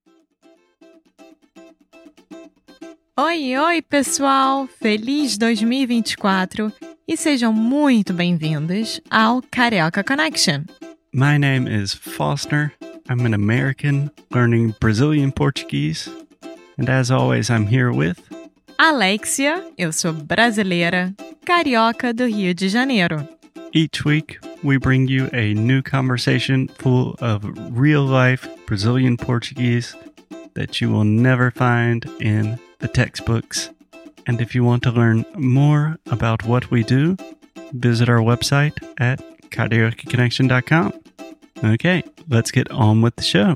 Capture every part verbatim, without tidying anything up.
Oi, oi, pessoal! Feliz dois mil e vinte e quatro e sejam muito bem-vindos ao Carioca Connection. My name is Foster. I'm an American learning Brazilian Portuguese. And as always, I'm here with... Alexia, eu sou brasileira, carioca do Rio de Janeiro. Each week, we bring you a new conversation full of real-life Brazilian Portuguese that you will never find in the textbooks. And if you want to learn more about what we do, visit our website at carioca connection dot com. Okay, let's get on with the show.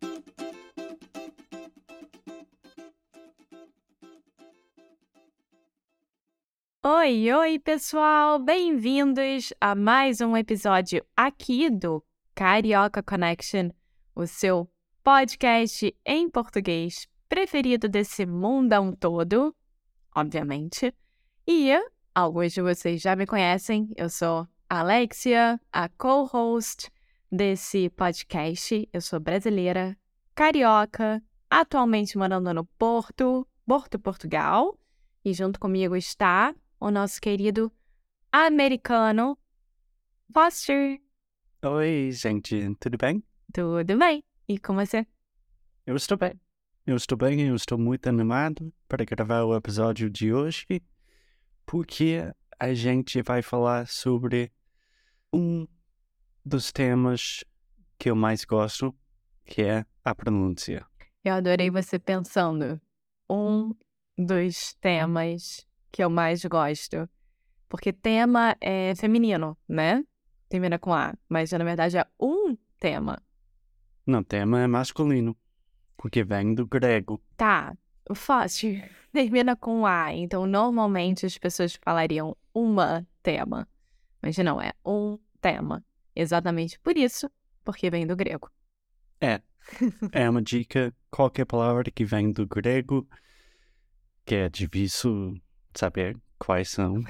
Oi, oi, pessoal! Bem-vindos a mais um episódio aqui do Carioca Connection, o seu podcast em português preferido desse mundão todo, obviamente. E alguns de vocês já me conhecem, eu sou a Alexia, a co-host desse podcast. Eu sou brasileira, carioca, atualmente morando no Porto, Porto, Portugal. E junto comigo está o nosso querido americano, Foster. Oi, gente, tudo bem? Tudo bem? E com você? Eu estou bem. Eu estou bem, eu estou muito animado para gravar o episódio de hoje, porque a gente vai falar sobre um dos temas que eu mais gosto, que é a pronúncia. Eu adorei você pensando. Um dos temas que eu mais gosto. Porque tema é feminino, né? Termina com A. Mas na verdade é um tema. Não, tema é masculino, porque vem do grego. Tá, o Foster termina com A. Então normalmente as pessoas falariam uma tema. Mas não, é um tema. Exatamente por isso, porque vem do grego. É, é uma dica, qualquer palavra que vem do grego, que é difícil saber quais são,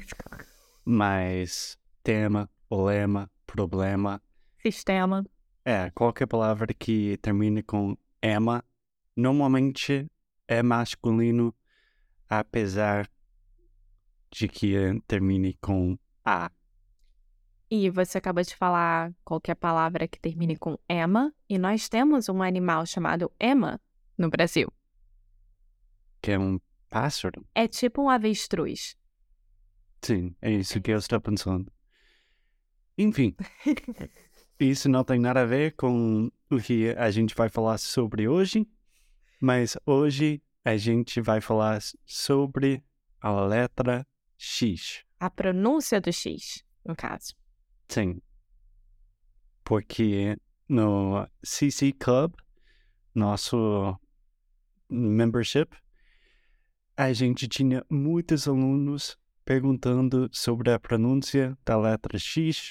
mas tema, lema, problema, Sistema. é, qualquer palavra que termine com ema, normalmente é masculino, apesar de que termine com a. E você acabou de falar qualquer palavra que termine com ema, e nós temos um animal chamado ema no Brasil. Que é um pássaro? É tipo um avestruz. Sim, é isso que eu estou pensando. Enfim, isso não tem nada a ver com o que a gente vai falar sobre hoje, mas hoje a gente vai falar sobre a letra X. A pronúncia do X, no caso. Sim, porque no C C Club, nosso membership, a gente tinha muitos alunos perguntando sobre a pronúncia da letra X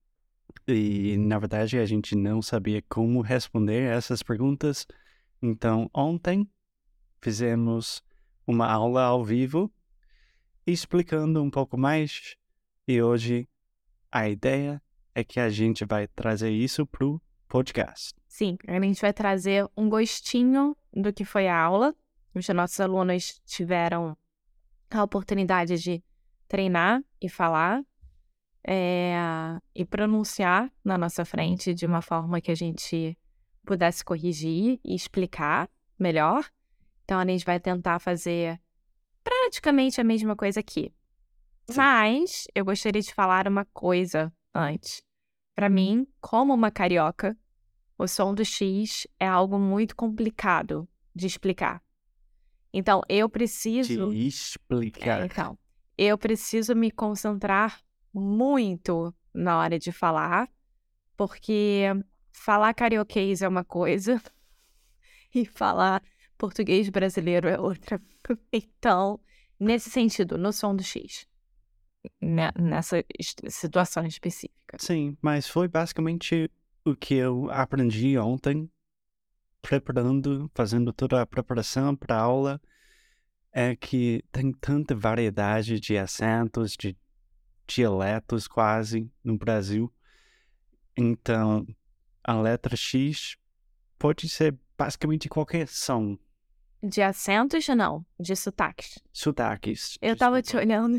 e, na verdade, a gente não sabia como responder essas perguntas. Então, ontem fizemos uma aula ao vivo explicando um pouco mais e hoje a ideia é que a gente vai trazer isso pro podcast. Sim, a gente vai trazer um gostinho do que foi a aula. Os nossos alunos tiveram a oportunidade de treinar e falar é, e pronunciar na nossa frente de uma forma que a gente pudesse corrigir e explicar melhor. Então, a gente vai tentar fazer praticamente a mesma coisa aqui. Sim. Mas eu gostaria de falar uma coisa antes. Para mim, como uma carioca, o som do X é algo muito complicado de explicar. Então, eu preciso... De explicar. É, então, eu preciso me concentrar muito na hora de falar, porque falar carioquês é uma coisa e falar português brasileiro é outra. Então, nesse sentido, no som do X, né, nessa situação específica. Sim, mas foi basicamente o que eu aprendi ontem, preparando, fazendo toda a preparação para a aula, é que tem tanta variedade de acentos, de dialetos quase no Brasil. Então, a letra X pode ser basicamente qualquer som. De acentos, não. De sotaques. Sotaques. Eu tava te olhando.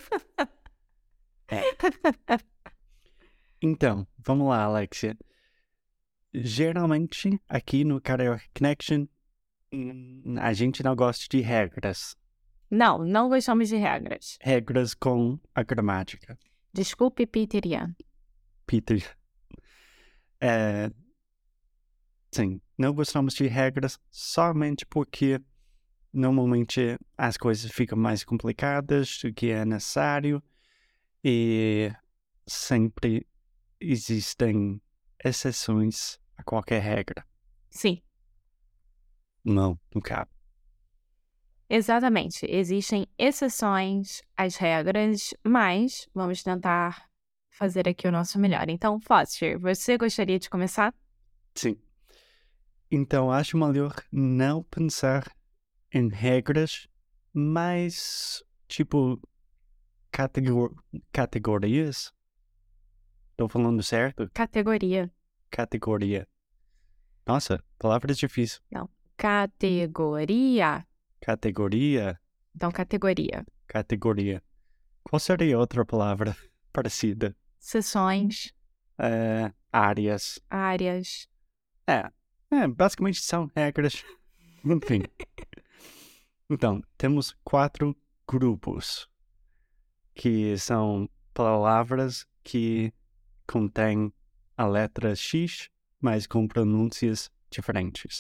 É. Então, vamos lá, Alexia. Geralmente, aqui no Carioca Connection, hum, a gente não gosta de regras. Não, não gostamos de regras. Regras com a gramática. Desculpe, Peter Ian. Peter. É, sim, não gostamos de regras somente porque normalmente as coisas ficam mais complicadas do que é necessário e sempre existem exceções a qualquer regra. Sim, Não, não cabe. exatamente. Existem exceções às regras, mas vamos tentar fazer aqui o nosso melhor. Então, Foster, você gostaria de começar? Sim. Então, acho melhor não pensar em regras, mas, tipo, categor- categorias. Estou falando certo? Categoria. Categoria. Nossa, palavras difíceis. Não. Categoria. Categoria, Então, categoria. categoria. Qual seria outra palavra parecida? Sessões, É, áreas. áreas. É, é, basicamente são regras. Enfim. Então, temos quatro grupos, que são palavras que contêm a letra X, mas com pronúncias diferentes.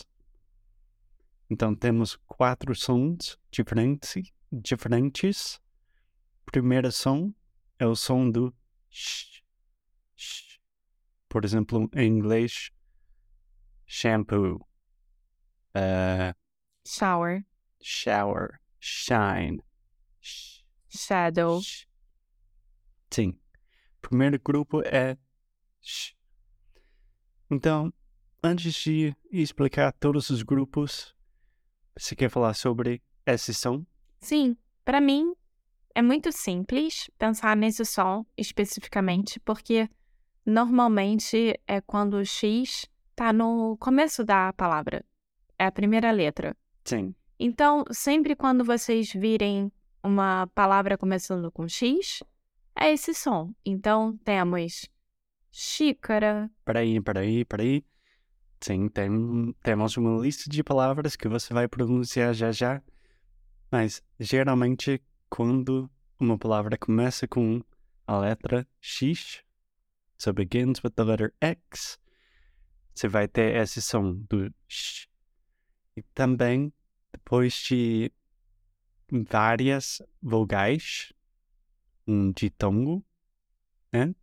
Então, temos quatro sons diferentes. diferentes. Primeiro som é o som do sh, sh. Por exemplo, em inglês, shampoo, uh, Shower, shower, shine, sh, shadow. sh. Sim. Primeiro grupo é sh. Então, antes de explicar todos os grupos, você quer falar sobre esse som? Sim, para mim é muito simples pensar nesse som especificamente, porque normalmente é quando o X tá no começo da palavra. É a primeira letra. Sim. Então, sempre quando vocês virem uma palavra começando com X, é esse som. Então, temos xícara. Peraí, peraí, peraí. Sim, tem, temos uma lista de palavras que você vai pronunciar já já, mas geralmente quando uma palavra começa com a letra X, so begins with the letter X, você vai ter esse som do X. E também, depois de várias vogais, um ditongo, né?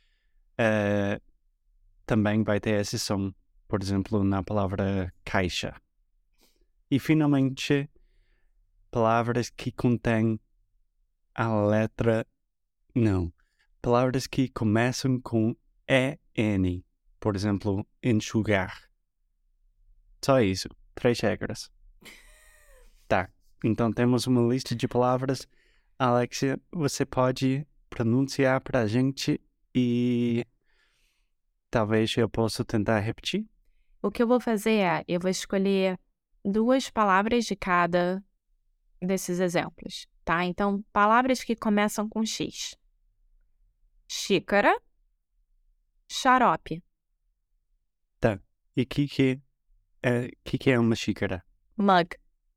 É, também vai ter esse som, por exemplo, na palavra caixa. E finalmente, palavras que contêm a letra... Não. Palavras que começam com E N. Por exemplo, enxugar. Só isso. Três regras. Tá. Então temos uma lista de palavras. Alexia, você pode pronunciar pra gente e talvez eu possa tentar repetir? O que eu vou fazer é, eu vou escolher duas palavras de cada desses exemplos, tá? Então, palavras que começam com X. Xícara, xarope, Tá. E o que, que, é, que, que é uma xícara? mug.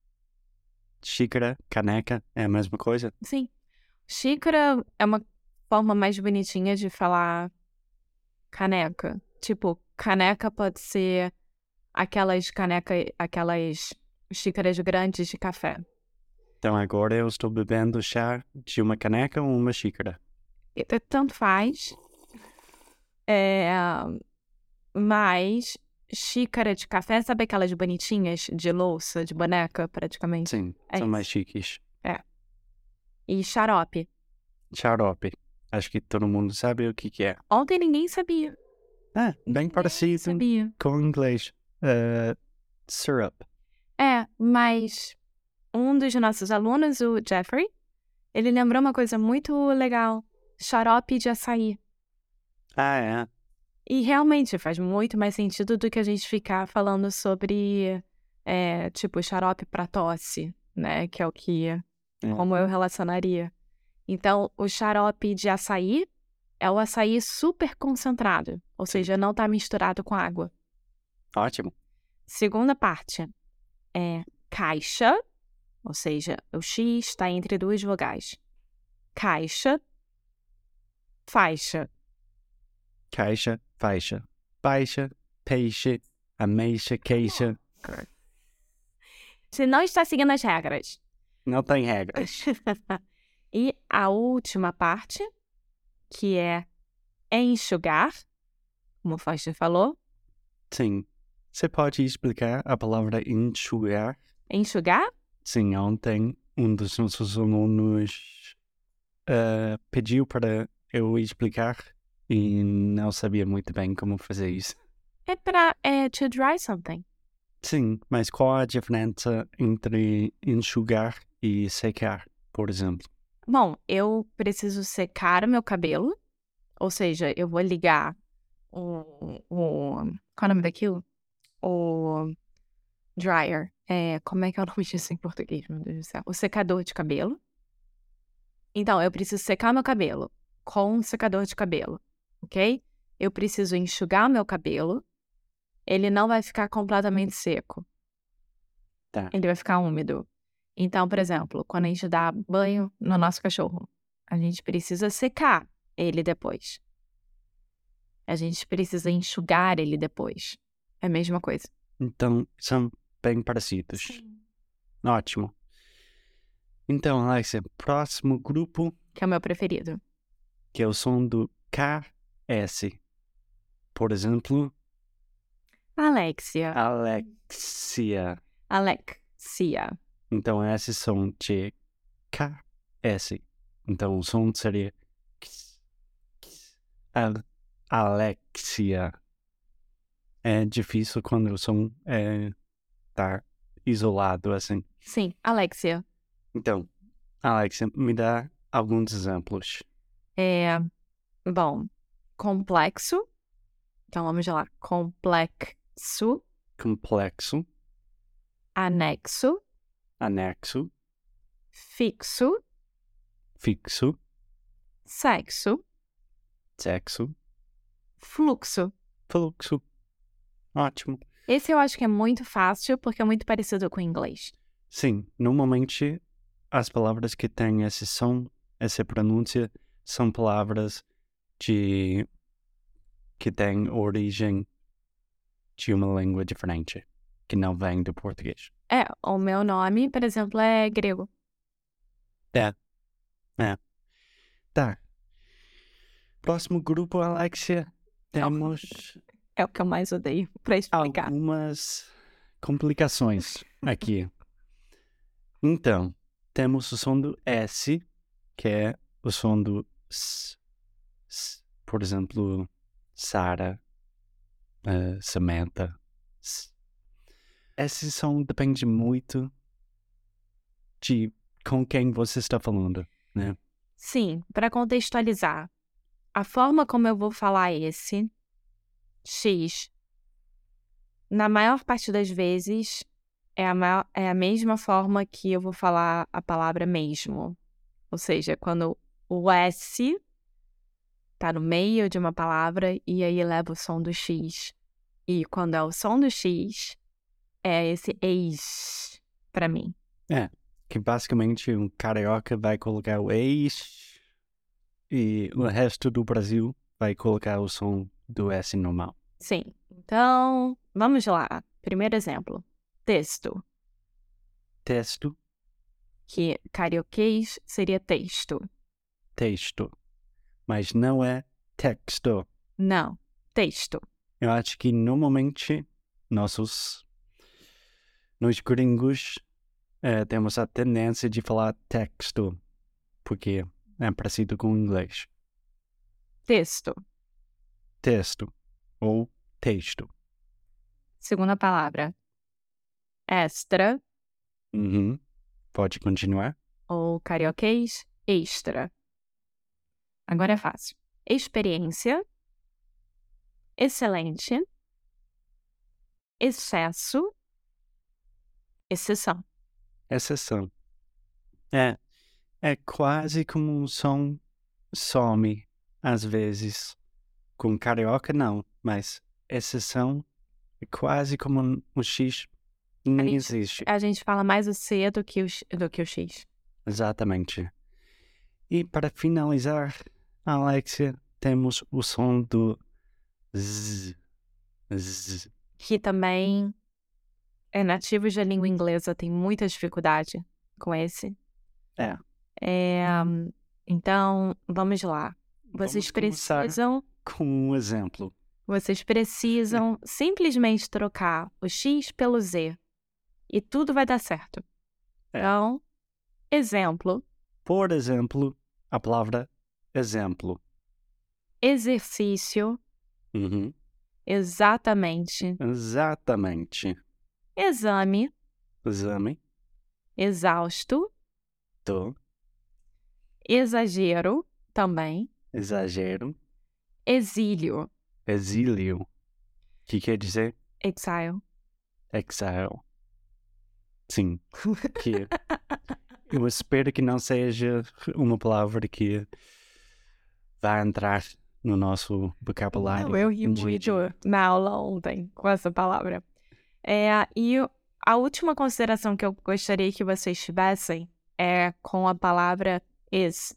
Xícara, caneca, é a mesma coisa? Sim. Xícara é uma forma mais bonitinha de falar caneca. Tipo, caneca pode ser aquelas caneca, aquelas xícaras grandes de café. Então agora eu estou bebendo chá de uma caneca ou uma xícara? E t- Tanto faz. É, mas xícara de café, sabe aquelas bonitinhas de louça, de boneca, praticamente? Sim, É são isso. mais chiques. E xarope. Xarope. Acho que todo mundo sabe o que, que é. Ontem ninguém sabia. Ah, bem Ninguém parecido sabia. com o inglês. Uh, syrup. É, mas um dos nossos alunos, o Jeffrey, ele lembrou uma coisa muito legal. Xarope de açaí. Ah, é. E realmente faz muito mais sentido do que a gente ficar falando sobre, é, tipo, xarope para tosse, né? Que é o que, É. como eu relacionaria. Então, o xarope de açaí é o açaí super concentrado, ou Sim. seja, não está misturado com água. Ótimo. Segunda parte é caixa, ou seja, o X está entre duas vogais. Caixa, faixa. Caixa, faixa. Baixa, peixe, ameixa, queixa. Você não está seguindo as regras. Não tem regras. E a última parte, que é enxugar, como o Foster falou. Sim. Você pode explicar a palavra enxugar? Enxugar? Sim, ontem um dos nossos alunos uh, pediu para eu explicar e não sabia muito bem como fazer isso. É para é, to dry something. Sim, mas qual a diferença entre enxugar e secar, por exemplo? Bom, eu preciso secar o meu cabelo, ou seja, eu vou ligar o, o qual é o nome daquilo? O dryer. É, como é que é o nome disso em português, meu Deus do céu? O secador de cabelo. Então, eu preciso secar meu cabelo com um secador de cabelo, ok? Eu preciso enxugar o meu cabelo. Ele não vai ficar completamente seco. Tá. Ele vai ficar úmido. Então, por exemplo, quando a gente dá banho no nosso cachorro, a gente precisa secar ele depois. A gente precisa enxugar ele depois. É a mesma coisa. Então, são bem parecidos. Ótimo. Então, Alexia, próximo grupo, Que é o meu preferido. que é o som do K S. Por exemplo, Alexia. Alexia. Alexia. Então, esse som de K S. Então, o som seria ks, ks, Al- Alexia. É difícil quando o som é, tá isolado assim. Sim, Alexia. Então, Alexia, me dá alguns exemplos. É, bom, complexo. Então, vamos lá. Complexo. Complexo, Anexo. anexo, Fixo. fixo, Sexo. sexo, Fluxo. fluxo. Ótimo. Esse eu acho que é muito fácil, porque é muito parecido com o inglês. Sim, normalmente as palavras que têm esse som, essa pronúncia, são palavras de que têm origem de uma língua diferente, que não vem do português. É, o meu nome, por exemplo, é grego. É, é. Tá. Próximo grupo, Alexia, temos É o que eu mais odeio pra explicar. algumas complicações aqui. Então, temos o som do S, que é o som do S. S. Por exemplo, Sara, uh, Samantha. S. Esse som depende muito de com quem você está falando, né? Sim, para contextualizar, a forma como eu vou falar esse X, na maior parte das vezes, é a, maior, é a mesma forma que eu vou falar a palavra mesmo. Ou seja, quando o S tá no meio de uma palavra e aí leva o som do X. E quando é o som do X, é esse ex para mim. É, que basicamente um carioca vai colocar o ex e o resto do Brasil vai colocar o som do S normal. Sim. Então, vamos lá. Primeiro exemplo. Texto. Texto, Que carioquês seria texto. texto. Mas não é texto. Não, texto. Eu acho que normalmente nossos nós gringos eh, temos a tendência de falar texto, porque é parecido com o inglês. Texto. Texto ou texto. Segunda palavra. Extra. Uhum. Pode continuar? Ou carioquês, extra. Agora é fácil. Experiência. excelente, excesso, exceção. Exceção. É, é quase como um som some, às vezes. Com carioca, não, mas exceção é quase como um, um X nem gente- existe. A gente fala mais o C do que o, X- do que o X. Exatamente. E para finalizar, Alexia, temos o som do Z. Z. Que também é nativos da língua inglesa, tem muita dificuldade com esse. É. É, então, vamos lá. Vocês Vamos começar precisam, com um exemplo. vocês precisam simplesmente trocar o X pelo Z e tudo vai dar certo. É. Então, exemplo, Por exemplo, a palavra exemplo. exercício, Uhum. exatamente, Exatamente. exame, Exame. exausto, Tô. exagero, também, Exagero. exílio, Exílio. Que quer dizer exile. exile. Sim. Que eu espero que não seja uma palavra que vai entrar no nosso vocabulário. Não, eu ri um dia a muito dia. na aula ontem com essa palavra. É, e a última consideração que eu gostaria que vocês tivessem é com a palavra is.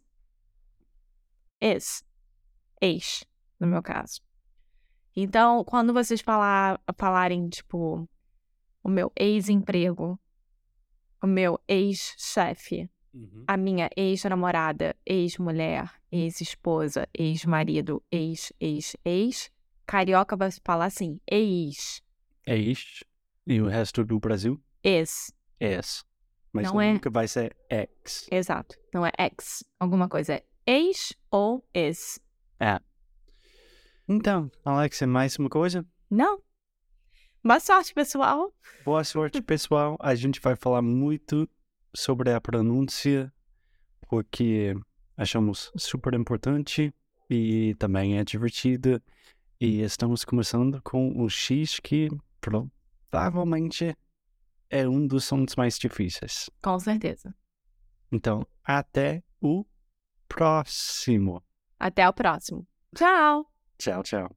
Is. Ex, no meu caso. Então, quando vocês falar, falarem, tipo, o meu ex-emprego, o meu ex-chefe, Uhum. a minha ex-namorada, ex-mulher, ex-esposa, ex-marido, ex, ex, ex, carioca vai falar assim, ex, É isto. E o resto do Brasil? ex. Es. Mas Não é- nunca vai ser ex. Exato, não é ex, alguma coisa, é ex ou ex. É. Então, Alexia, mais uma coisa? Não. Boa sorte, pessoal. Boa sorte, pessoal. A gente vai falar muito sobre a pronúncia, porque achamos super importante e também é divertido. E estamos começando com o X, que provavelmente é um dos sons mais difíceis. Com certeza. Então, até o próximo. Até o próximo. Tchau. Tchau, tchau.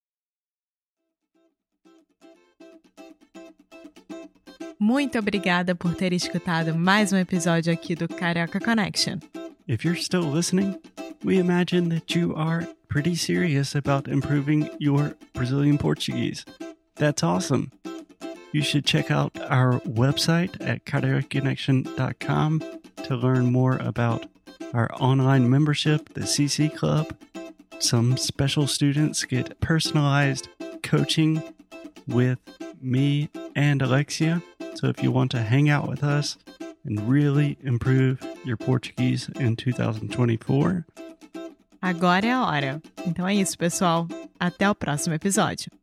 Muito obrigada por ter escutado mais um episódio aqui do Carioca Connection. If you're still listening, we imagine that you are pretty serious about improving your Brazilian Portuguese. That's awesome. You should check out our website at carioca connection dot com to learn more about our online membership, the C C Club. Some special students get personalized coaching with me and Alexia. So if you want to hang out with us and really improve your Portuguese in two thousand twenty-four. Agora é a hora. Então é isso, pessoal. Até o próximo episódio.